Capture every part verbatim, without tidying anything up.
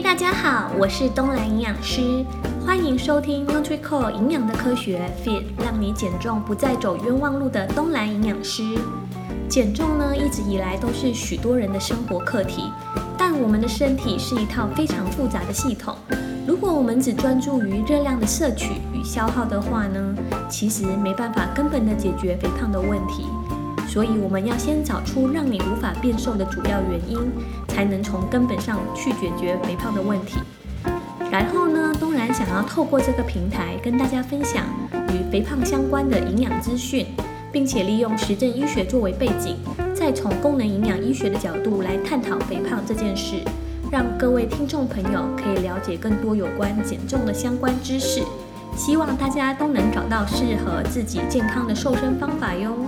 大家好，我是东兰营养师，欢迎收听 NutriCore 营养的科学 Fit， 让你减重不再走冤枉路的东兰营养师。减重呢，一直以来都是许多人的生活课题，但我们的身体是一套非常复杂的系统。如果我们只专注于热量的摄取与消耗的话呢，其实没办法根本的解决肥胖的问题。所以我们要先找出让你无法变瘦的主要原因，才能从根本上去解决肥胖的问题。然后呢，东然想要透过这个平台跟大家分享与肥胖相关的营养资讯，并且利用实证医学作为背景，再从功能营养医学的角度来探讨肥胖这件事，让各位听众朋友可以了解更多有关减重的相关知识。希望大家都能找到适合自己健康的瘦身方法哟。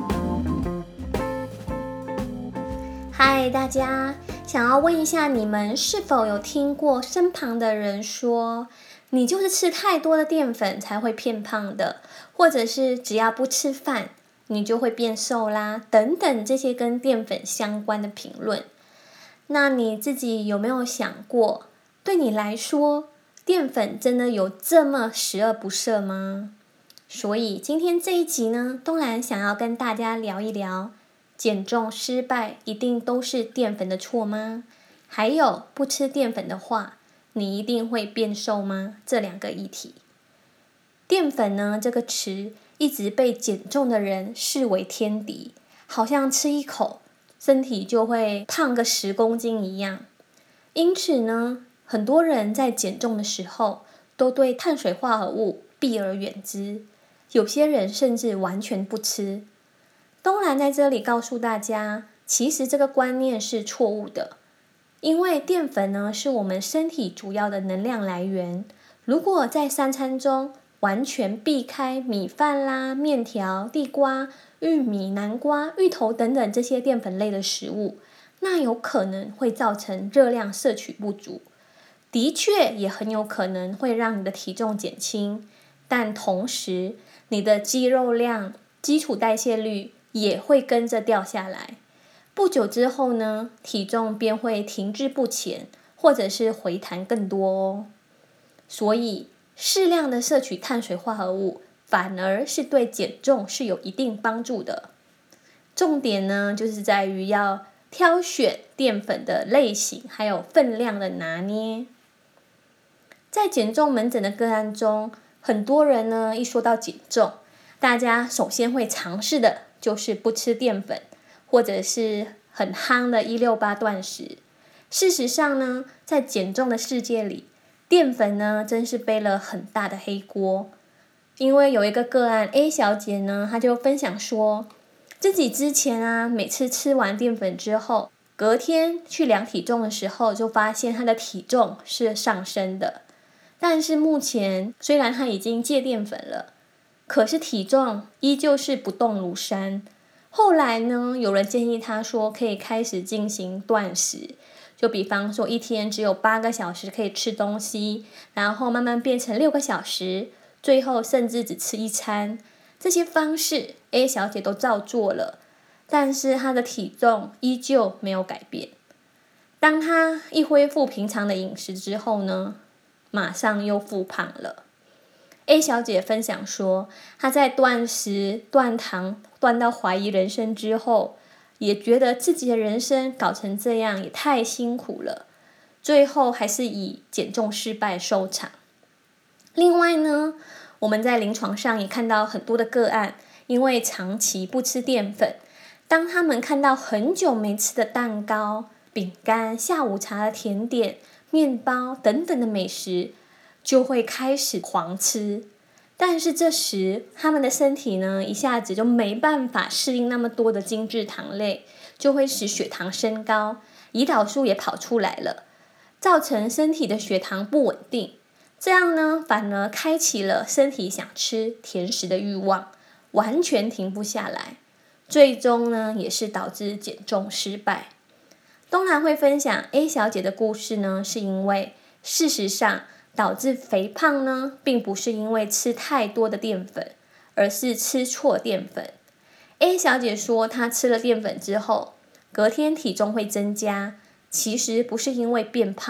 嗨，大家，想要问一下你们是否有听过身旁的人说，你就是吃太多的淀粉才会变胖的，或者是只要不吃饭，你就会变瘦啦，等等这些跟淀粉相关的评论。那你自己有没有想过，对你来说，淀粉真的有这么十恶不赦吗？所以今天这一集呢，东兰想要跟大家聊一聊，减重失败一定都是淀粉的错吗？还有不吃淀粉的话，你一定会变瘦吗？这两个议题。淀粉呢，这个词一直被减重的人视为天敌，好像吃一口，身体就会胖个十公斤一样。因此呢，很多人在减重的时候，都对碳水化合物避而远之，有些人甚至完全不吃。东兰在这里告诉大家，其实这个观念是错误的，因为淀粉呢是我们身体主要的能量来源。如果在三餐中完全避开米饭啦、面条、地瓜、玉米、南瓜、芋头等等这些淀粉类的食物，那有可能会造成热量摄取不足，的确也很有可能会让你的体重减轻，但同时你的肌肉量、基础代谢率也会跟着掉下来，不久之后呢，体重便会停滞不前，或者是回弹更多哦。所以适量的摄取碳水化合物，反而是对减重是有一定帮助的。重点呢，就是在于要挑选淀粉的类型，还有分量的拿捏。在减重门诊的个案中，很多人呢一说到减重，大家首先会尝试的就是不吃淀粉，或者是很夯的一六八断食。事实上呢，在减重的世界里，淀粉呢真是背了很大的黑锅。因为有一个个案 A 小姐呢，她就分享说，自己之前啊，每次吃完淀粉之后，隔天去量体重的时候，就发现她的体重是上升的。但是目前虽然她已经戒淀粉了，可是体重依旧是不动如山。后来呢，有人建议他说可以开始进行断食，就比方说一天只有八个小时可以吃东西，然后慢慢变成六个小时，最后甚至只吃一餐。这些方式 A 小姐都照做了，但是她的体重依旧没有改变。当她一恢复平常的饮食之后呢，马上又复胖了。A 小姐分享说，她在断食、断糖、断到怀疑人生之后，也觉得自己的人生搞成这样也太辛苦了，最后还是以减重失败收场。另外呢，我们在临床上也看到很多的个案，因为长期不吃淀粉，当他们看到很久没吃的蛋糕、饼干、下午茶的甜点、面包等等的美食，就会开始狂吃。但是这时他们的身体呢，一下子就没办法适应那么多的精致糖类，就会使血糖升高，胰岛素也跑出来了，造成身体的血糖不稳定。这样呢，反而开启了身体想吃甜食的欲望，完全停不下来，最终呢，也是导致减重失败。东兰会分享 A 小姐的故事呢，是因为事实上导致肥胖呢，并不是因为吃太多的淀粉，而是吃错淀粉。A 小姐说，她吃了淀粉之后，隔天体重会增加，其实不是因为变胖，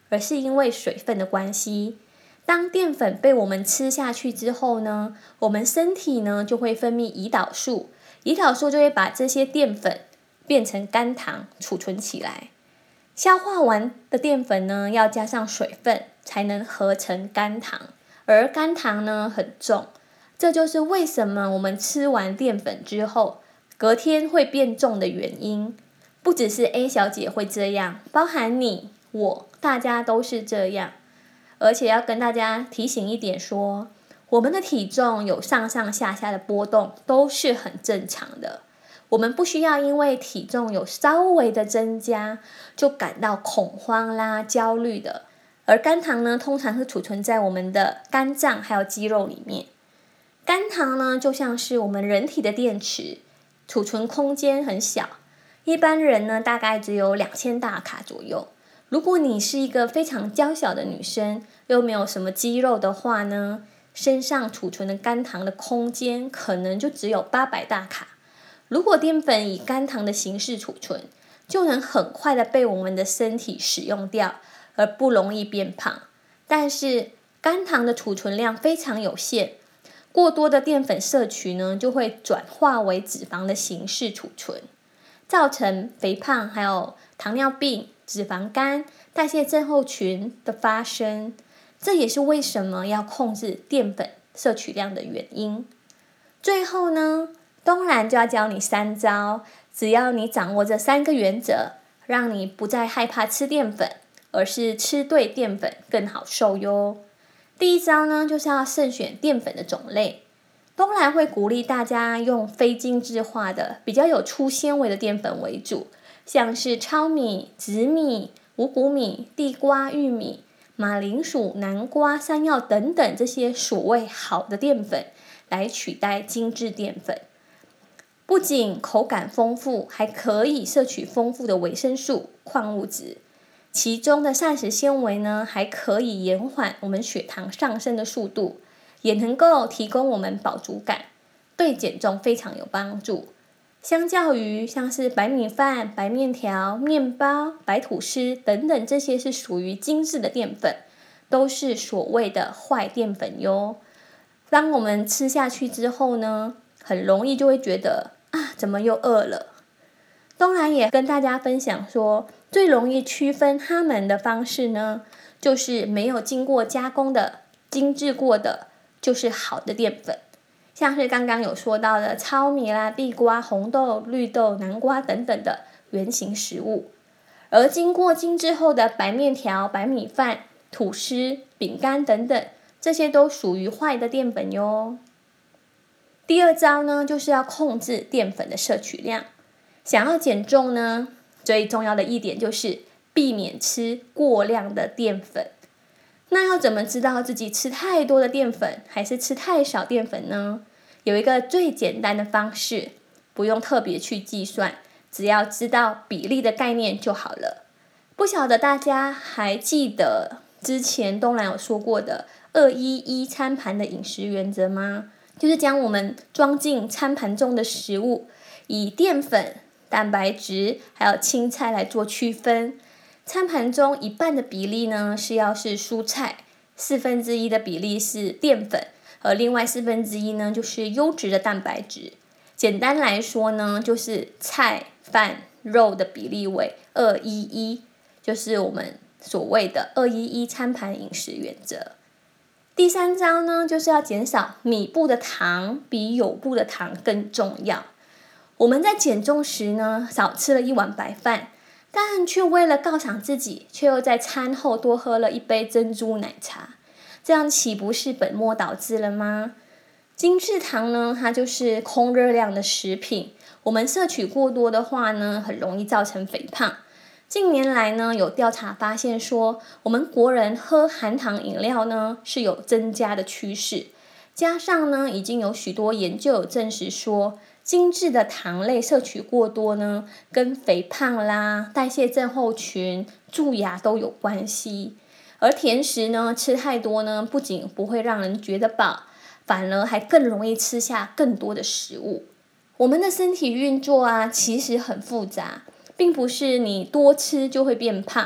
而是因为水分的关系。当淀粉被我们吃下去之后呢，我们身体呢就会分泌胰岛素，胰岛素就会把这些淀粉变成甘糖储存起来。消化完的淀粉呢，要加上水分才能合成甘糖，而甘糖呢很重，这就是为什么我们吃完淀粉之后，隔天会变重的原因。不只是 A 小姐会这样，包含你、我，大家都是这样。而且要跟大家提醒一点说，我们的体重有上上下下的波动，都是很正常的。我们不需要因为体重有稍微的增加就感到恐慌啦、焦虑的。而肝糖呢，通常是储存在我们的肝脏还有肌肉里面。肝糖呢，就像是我们人体的电池，储存空间很小，一般人呢大概只有两千大卡左右。如果你是一个非常娇小的女生，又没有什么肌肉的话呢，身上储存的肝糖的空间可能就只有八百大卡。如果淀粉以肝糖的形式储存，就能很快的被我们的身体使用掉，而不容易变胖。但是肝糖的储存量非常有限，过多的淀粉摄取呢，就会转化为脂肪的形式储存，造成肥胖，还有糖尿病、脂肪肝、代谢症候群的发生。这也是为什么要控制淀粉摄取量的原因。最后呢，当然就要教你三招，只要你掌握这三个原则，让你不再害怕吃淀粉，而是吃对淀粉更好瘦哟。第一招呢，就是要慎选淀粉的种类。东兰会鼓励大家用非精致化的、比较有粗纤维的淀粉为主，像是糙米、紫米、五谷米、地瓜、玉米、马铃薯、南瓜、山药等等这些所谓好的淀粉来取代精致淀粉。不仅口感丰富，还可以摄取丰富的维生素、矿物质。其中的膳食纤维呢，还可以延缓我们血糖上升的速度，也能够提供我们饱足感，对减重非常有帮助。相较于像是白米饭、白面条、面包、白吐司等等，这些是属于精致的淀粉，都是所谓的坏淀粉哟。当我们吃下去之后呢，很容易就会觉得啊，怎么又饿了？当然也跟大家分享说，最容易区分它们的方式呢，就是没有经过加工的、精致过的，就是好的淀粉。像是刚刚有说到的糙米啦、地瓜、红豆、绿豆、南瓜等等的原型食物。而经过精致后的白面条、白米饭、吐司、饼干等等，这些都属于坏的淀粉哟。第二招呢，就是要控制淀粉的摄取量。想要减重呢，最重要的一点就是避免吃过量的淀粉。那要怎么知道自己吃太多的淀粉还是吃太少淀粉呢？有一个最简单的方式，不用特别去计算，只要知道比例的概念就好了。不晓得大家还记得之前东兰有说过的二一一餐盘的饮食原则吗？就是将我们装进餐盘中的食物，以淀粉、蛋白质还有青菜来做区分。餐盘中一半的比例呢是要是蔬菜，四分之一的比例是淀粉，而另外四分之一呢就是优质的蛋白质。简单来说呢，就是菜、饭、肉的比例为二一一，就是我们所谓的二一一餐盘饮食原则。第三招呢，就是要减少米布的糖，比酉布的糖更重要。我们在减重时呢，少吃了一碗白饭，但却为了犒赏自己，却又在餐后多喝了一杯珍珠奶茶，这样岂不是本末倒置了吗？精致糖呢，它就是空热量的食品，我们摄取过多的话呢，很容易造成肥胖。近年来呢，有调查发现说，我们国人喝含糖饮料呢是有增加的趋势，加上呢，已经有许多研究有证实说，精致的糖类摄取过多呢，跟肥胖啦、代谢症候群、蛀牙都有关系。而甜食呢，吃太多呢，不仅不会让人觉得饱，反而还更容易吃下更多的食物。我们的身体运作啊，其实很复杂，并不是你多吃就会变胖，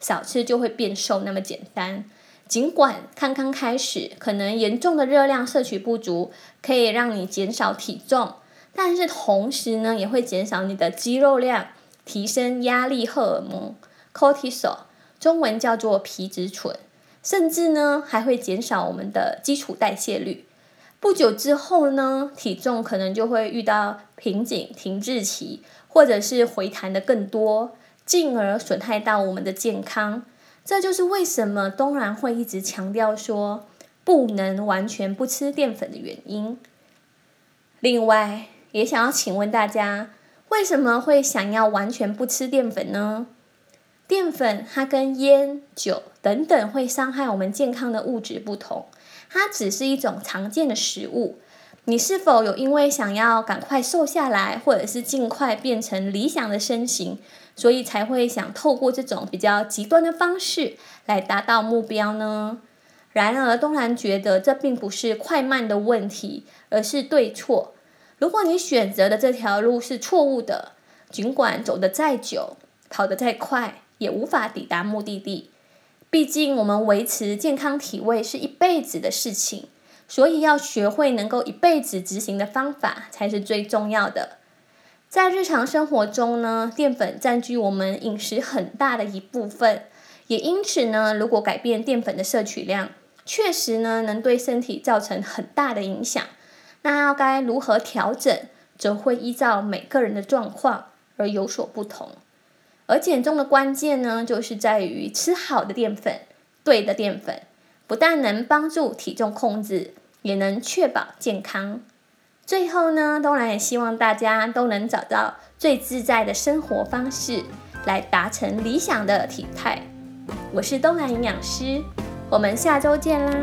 少吃就会变瘦那么简单。尽管刚刚开始可能严重的热量摄取不足可以让你减少体重，但是同时呢也会减少你的肌肉量，提升压力荷尔蒙 cortisol， 中文叫做皮质醇，甚至呢还会减少我们的基础代谢率。不久之后呢，体重可能就会遇到瓶颈停滞期，或者是回弹的更多，进而损害到我们的健康。这就是为什么东兰会一直强调说不能完全不吃淀粉的原因。另外也想要请问大家，为什么会想要完全不吃淀粉呢？淀粉它跟烟、酒等等会伤害我们健康的物质不同，它只是一种常见的食物。你是否有因为想要赶快瘦下来，或者是尽快变成理想的身形，所以才会想透过这种比较极端的方式来达到目标呢？然而东兰觉得这并不是快慢的问题，而是对错。如果你选择的这条路是错误的，尽管走得再久，跑得再快，也无法抵达目的地。毕竟我们维持健康体位是一辈子的事情，所以要学会能够一辈子执行的方法才是最重要的。在日常生活中呢，淀粉占据我们饮食很大的一部分，也因此呢，如果改变淀粉的摄取量，确实呢能对身体造成很大的影响。那要该如何调整，则会依照每个人的状况而有所不同。而减重的关键呢，就是在于吃好的淀粉，对的淀粉，不但能帮助体重控制，也能确保健康。最后呢，东兰也希望大家都能找到最自在的生活方式，来达成理想的体态。我是东兰营养师，我们下周见啦！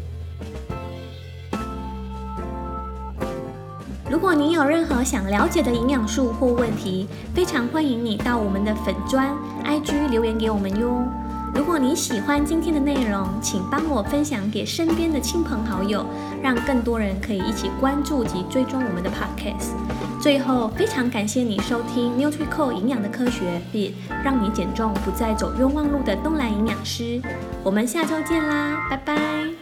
如果你有任何想了解的营养素或问题，非常欢迎你到我们的粉专 I G 留言给我们哟。如果你喜欢今天的内容，请帮我分享给身边的亲朋好友，让更多人可以一起关注及追踪我们的 Podcast。最后，非常感谢你收听 NutriCore 营养的科学 Fit， 让你减重不再走冤枉路的东兰营养师。我们下周见啦，拜拜。